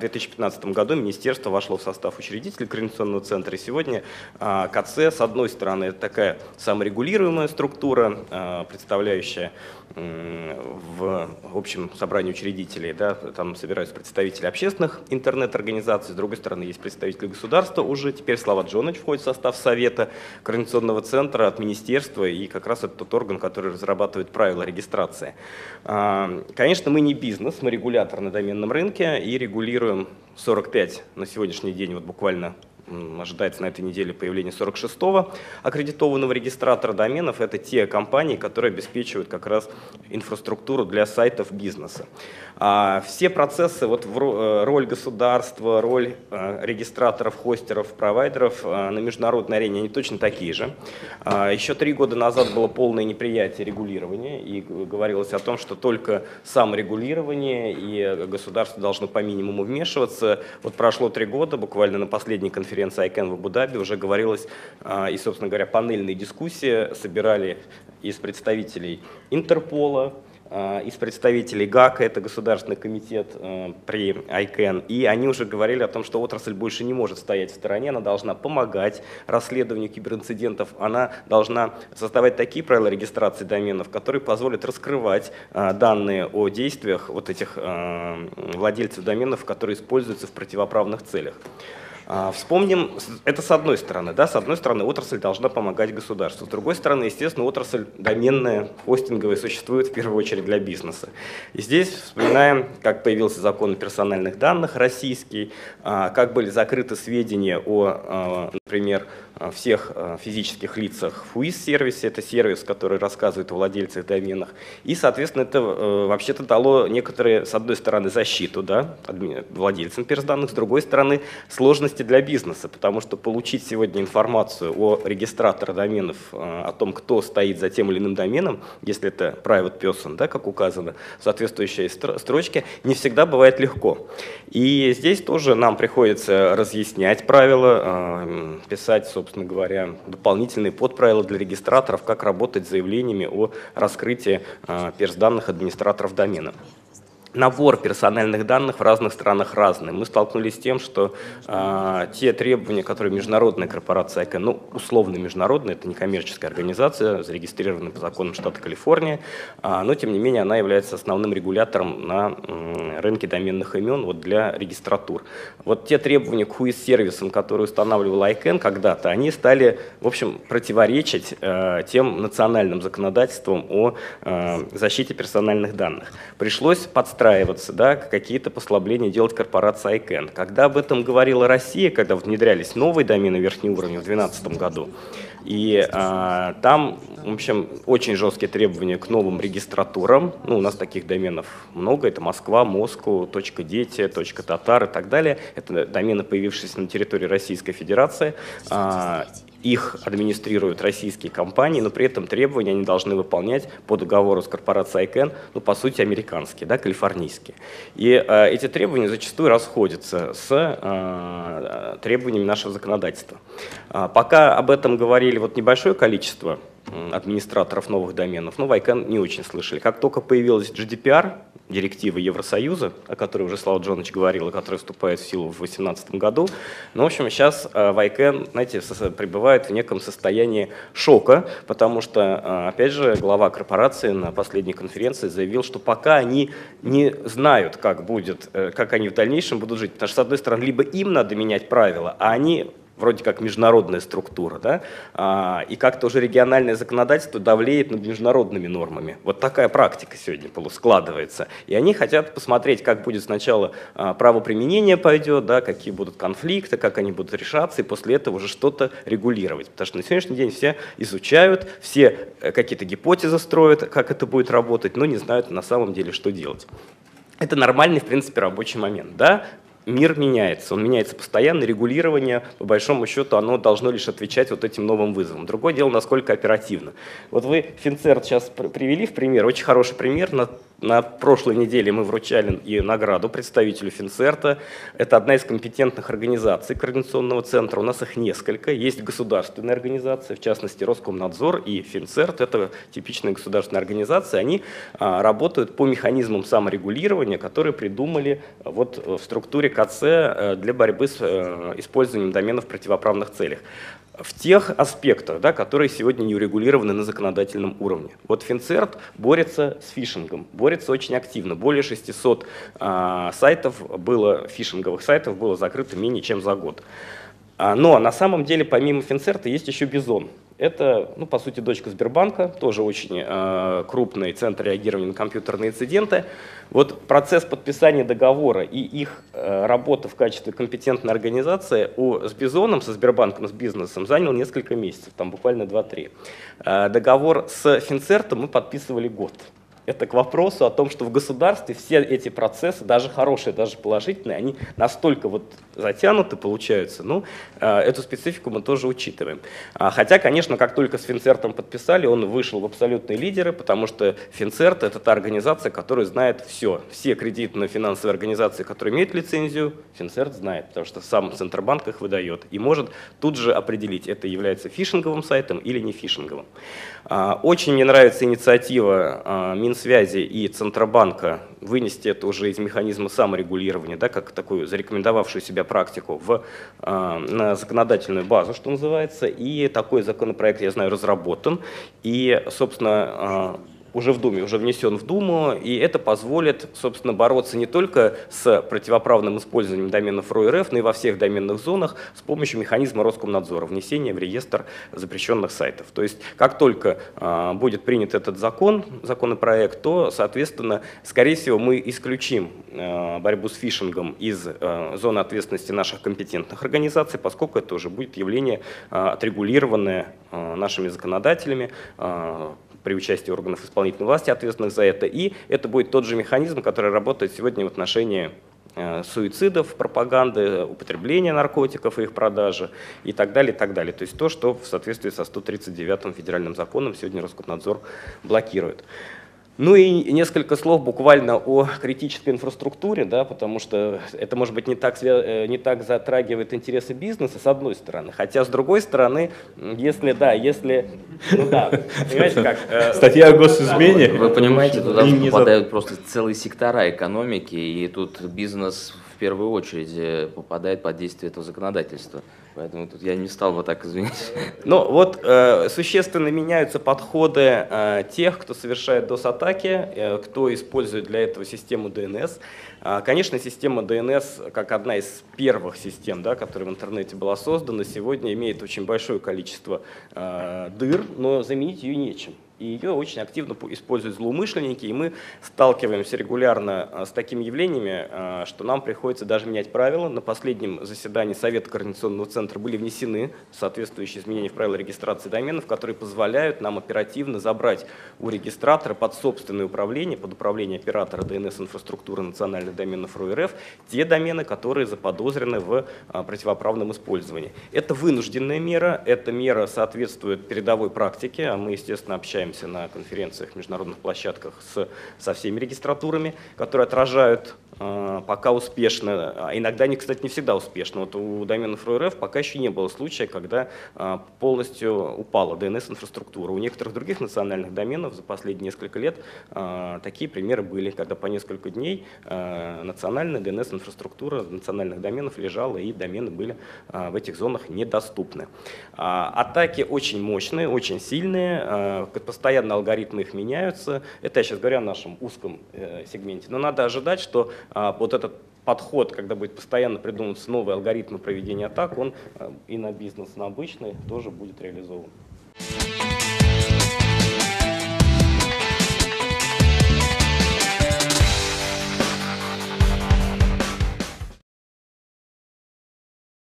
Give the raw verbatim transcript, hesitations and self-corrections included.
две тысячи пятнадцатом году министерство вошло в состав учредителей Координационного центра. И сегодня КЦ, с одной стороны, это такая саморегулируемая структура, представляющая в общем собрании учредителей, да, там собираются представители общественных интернет-организаций, с другой стороны, есть представители государства уже, теперь Слава Джонович входит в состав Совета Координационного центра от министерства, и как раз это тот орган, который разрабатывает правила регистрации. Конечно, мы не бизнес, мы регулятор на доменном рынке и регулируем сорок пять на сегодняшний день, вот буквально ожидается на этой неделе появление сорок шестого аккредитованного регистратора доменов. Это те компании, которые обеспечивают как раз инфраструктуру для сайтов бизнеса. Все процессы, вот роль государства, роль регистраторов, хостеров, провайдеров на международной арене, они точно такие же. Еще три года назад было полное неприятие регулирования, и говорилось о том, что только саморегулирование и государство должно по минимуму вмешиваться. Вот прошло три года, буквально на последней конференции ай кэн в Абу-Даби уже говорилось, и, собственно говоря, панельные дискуссии собирали из представителей Интерпола, из представителей ГАКа, это Государственный комитет при ай кэн, и они уже говорили о том, что отрасль больше не может стоять в стороне, она должна помогать расследованию киберинцидентов, она должна создавать такие правила регистрации доменов, которые позволят раскрывать данные о действиях вот этих владельцев доменов, которые используются в противоправных целях. Вспомним, это с одной стороны, да, с одной стороны отрасль должна помогать государству, с другой стороны, естественно, отрасль доменная, хостинговая существует в первую очередь для бизнеса. И здесь вспоминаем, как появился закон о персональных данных российский, как были закрыты сведения о, например, всех физических лицах в ФУИС-сервисе, это сервис, который рассказывает о владельцах доменах, и, соответственно, это вообще-то дало некоторые, с одной стороны, защиту, да, владельцам персданных, с другой стороны, сложности для бизнеса, потому что получить сегодня информацию о регистраторе доменов, о том, кто стоит за тем или иным доменом, если это private person, да, как указано в соответствующей строчке, не всегда бывает легко. И здесь тоже нам приходится разъяснять правила, писать, собственно говоря, дополнительные подправила для регистраторов, как работать с заявлениями о раскрытии персданных администраторов домена. Набор персональных данных в разных странах разный. Мы столкнулись с тем, что э, те требования, которые международная корпорация ай кэн, ну, условно международная, это не коммерческая организация, зарегистрированная по законам штата Калифорния, э, но, тем не менее, она является основным регулятором на э, рынке доменных имен вот, для регистратур. Вот те требования к хуис-сервисам, которые устанавливал ай кэн когда-то, они стали, в общем, противоречить э, тем национальным законодательствам о э, защите персональных данных. Пришлось подстраиваться, да, какие-то послабления делать корпорация ай кэн. Когда об этом говорила Россия, когда внедрялись новые домены верхнего уровня в две тысячи двенадцатом году, и а, там, в общем, очень жесткие требования к новым регистратурам. Ну, у нас таких доменов много. Это Москва, Москва, точка дети, точка татар и так далее. Это домены, появившиеся на территории Российской Федерации. А, их администрируют российские компании, но при этом требования они должны выполнять по договору с корпорацией ай кэн, ну, по сути, американские, да, калифорнийские. И э, эти требования зачастую расходятся с э, требованиями нашего законодательства. А, пока об этом говорили вот небольшое количество администраторов новых доменов, но в ай кэн не очень слышали. Как только появилась джи ди пи ар, директива Евросоюза, о которой уже Слава Джонович говорил, и которая вступает в силу в две тысячи восемнадцатом году, ну, в общем, сейчас в ай кэн, знаете, пребывает в неком состоянии шока, потому что, опять же, глава корпорации на последней конференции заявил, что пока они не знают, как будет, как они в дальнейшем будут жить, потому что, с одной стороны, либо им надо менять правила, а они вроде как международная структура, да, а, и как-то уже региональное законодательство давлеет над международными нормами. Вот такая практика сегодня складывается. И они хотят посмотреть, как будет сначала а, правоприменение пойдет, да, какие будут конфликты, как они будут решаться, и после этого уже что-то регулировать. Потому что на сегодняшний день все изучают, все какие-то гипотезы строят, как это будет работать, но не знают на самом деле, что делать. Это нормальный, в принципе, рабочий момент, да. Мир меняется, он меняется постоянно, регулирование, по большому счету, оно должно лишь отвечать вот этим новым вызовам. Другое дело, насколько оперативно. Вот вы Финцерт сейчас привели в пример, очень хороший пример на На прошлой неделе мы вручали и награду представителю Финцерта. Это одна из компетентных организаций Координационного центра. У нас их несколько. Есть государственные организации, в частности Роскомнадзор и Финцерт. Это типичные государственные организации. Они а, работают по механизмам саморегулирования, которые придумали вот в структуре КЦ для борьбы с а, использованием доменов в противоправных целях. В тех аспектах, да, которые сегодня не урегулированы на законодательном уровне. Вот Финцерт борется с фишингом, борется очень активно. Более шестисот а, сайтов было, фишинговых сайтов было закрыто менее чем за год. А, но на самом деле помимо Финцерта есть еще Бизон. Это, ну, по сути, дочка Сбербанка, тоже очень э, крупный центр реагирования на компьютерные инциденты. Вот процесс подписания договора и их э, работа в качестве компетентной организации у, с Бизоном, со Сбербанком, с бизнесом занял несколько месяцев, там буквально два-три. Э, договор с Финцертом мы подписывали год. Это к вопросу о том, что в государстве все эти процессы, даже хорошие, даже положительные, они настолько вот затянуты получаются. Ну, эту специфику мы тоже учитываем. Хотя, конечно, как только с Финцертом подписали, он вышел в абсолютные лидеры, потому что Финцерт — это та организация, которая знает все. Все кредитно-финансовые организации, которые имеют лицензию, Финцерт знает, потому что сам Центробанк их выдает и может тут же определить, это является фишинговым сайтом или не фишинговым. Очень мне нравится инициатива Минсвязи и Центробанка вынести это уже из механизма саморегулирования, да, как такую зарекомендовавшую себя практику в, на законодательную базу, что называется. И такой законопроект, я знаю, разработан. И, собственно, уже в Думе, уже внесен в Думу, и это позволит, собственно, бороться не только с противоправным использованием доменов РО.РФ, но и во всех доменных зонах с помощью механизма Роскомнадзора, внесения в реестр запрещенных сайтов. То есть, как только а, будет принят этот закон, законопроект, то, соответственно, скорее всего, мы исключим а, борьбу с фишингом из а, зоны ответственности наших компетентных организаций, поскольку это уже будет явление а, отрегулированное а, нашими законодателями, а, при участии органов исполнительной власти, ответственных за это. И это будет тот же механизм, который работает сегодня в отношении э, суицидов, пропаганды, употребления наркотиков и их продажи и так далее, и так далее. То есть то, что в соответствии со сто тридцать девятым федеральным законом сегодня Роскомнадзор блокирует. Ну и несколько слов буквально о критической инфраструктуре, да, потому что это, может быть, не так, не так затрагивает интересы бизнеса, с одной стороны. Хотя, с другой стороны, если, да, если, ну да, понимаете как. Э, Статья о госизмене. Вы понимаете, туда попадают просто целые сектора экономики, и тут бизнес в первую очередь попадает под действие этого законодательства. Поэтому тут я не стал бы так извинить. Ну вот э, существенно меняются подходы э, тех, кто совершает дос-атаки, э, кто использует для этого систему ди эн эс. Э, конечно, система ди эн эс, как одна из первых систем, да, которая в интернете была создана, сегодня имеет очень большое количество э, дыр, но заменить ее нечем. И ее очень активно используют злоумышленники, и мы сталкиваемся регулярно с такими явлениями, что нам приходится даже менять правила. На последнем заседании Совета Координационного центра были внесены соответствующие изменения в правила регистрации доменов, которые позволяют нам оперативно забрать у регистратора под собственное управление, под управление оператора ди эн эс-инфраструктуры национальных доменов РО.РФ, те домены, которые заподозрены в противоправном использовании. Это вынужденная мера, эта мера соответствует передовой практике, а мы, естественно, общаемся на конференциях, международных площадках с, со всеми регистратурами, которые отражают э, пока успешно, а иногда, они, кстати, не всегда успешно. Вот у доменов РО.РФ пока еще не было случая, когда э, полностью упала ди эн эс-инфраструктура. У некоторых других национальных доменов за последние несколько лет э, такие примеры были, когда по несколько дней э, национальная ди эн эс-инфраструктура национальных доменов лежала, и домены были э, в этих зонах недоступны. А, атаки очень мощные, очень сильные, э, постоянно алгоритмы их меняются. Это я сейчас говорю о нашем узком э, сегменте. Но надо ожидать, что э, вот этот подход, когда будет постоянно придумываться новые алгоритмы проведения атак, он э, и на бизнес, и на обычный тоже будет реализован.